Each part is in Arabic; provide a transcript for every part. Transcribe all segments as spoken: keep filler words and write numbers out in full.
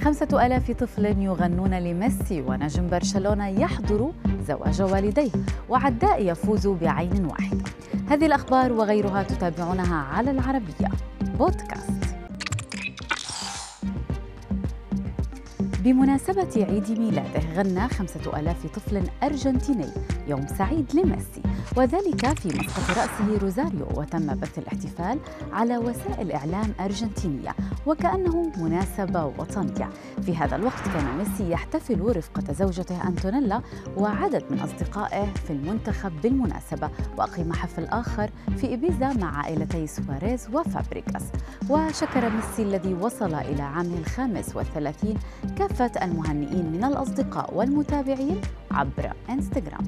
خمسة آلاف طفل يغنون لميسي، ونجم برشلونة يحضر زواج والديه، وعداء يفوز بعين واحدة. هذه الأخبار وغيرها تتابعونها على العربية بودكاست. بمناسبة عيد ميلاده غنى خمسة آلاف طفل أرجنتيني يوم سعيد لميسي، وذلك في مسقط رأسه روزاريو، وتم بث الاحتفال على وسائل إعلام أرجنتينية وكأنه مناسبة وطنية. في هذا الوقت كان ميسي يحتفل رفقة زوجته أنتونيلا وعدد من أصدقائه في المنتخب بالمناسبة، وأقيم حفل آخر في إبيزا مع عائلتي سواريز وفابريغاس. وشكر ميسي الذي وصل إلى عامه الخامس والثلاثين كافة المهنئين من الأصدقاء والمتابعين عبر إنستغرام.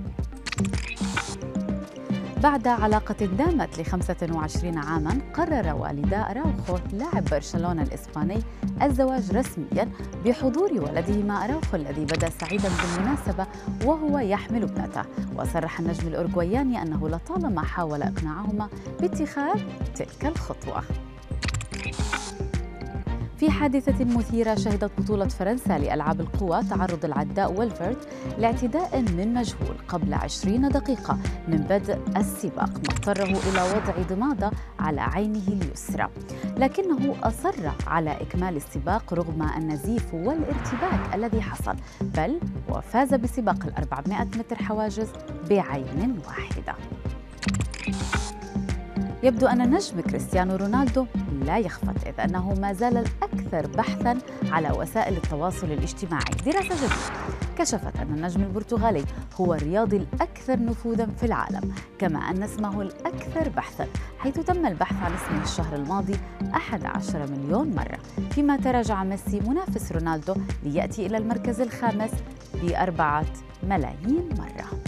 بعد علاقة دامت لخمسة وعشرين عاماً، قرر والدا أراوخو لاعب برشلونة الإسباني الزواج رسمياً بحضور ولدهما أراوخو الذي بدا سعيداً بالمناسبة وهو يحمل ابنته. وصرح النجم الأورجواياني أنه لطالما حاول إقناعهما باتخاذ تلك الخطوة. في حادثة مثيرة شهدت بطولة فرنسا لألعاب القوى تعرض العداء ويلفرد لاعتداء من مجهول قبل عشرين دقيقة من بدء السباق، ما اضطره إلى وضع ضمادة على عينه اليسرى، لكنه أصر على إكمال السباق رغم النزيف والارتباك الذي حصل، بل وفاز بسباق الأربعمائة متر حواجز بعين واحدة. يبدو أن النجم كريستيانو رونالدو لا يخفت، إذ أنه ما زال الأكثر بحثاً على وسائل التواصل الاجتماعي. دراسة جديدة كشفت أن النجم البرتغالي هو الرياضي الأكثر نفوذاً في العالم، كما أن اسمه الأكثر بحثاً، حيث تم البحث عن اسمه الشهر الماضي أحد عشر مليون مرة، فيما تراجع ميسي منافس رونالدو ليأتي إلى المركز الخامس بأربعة ملايين مرة.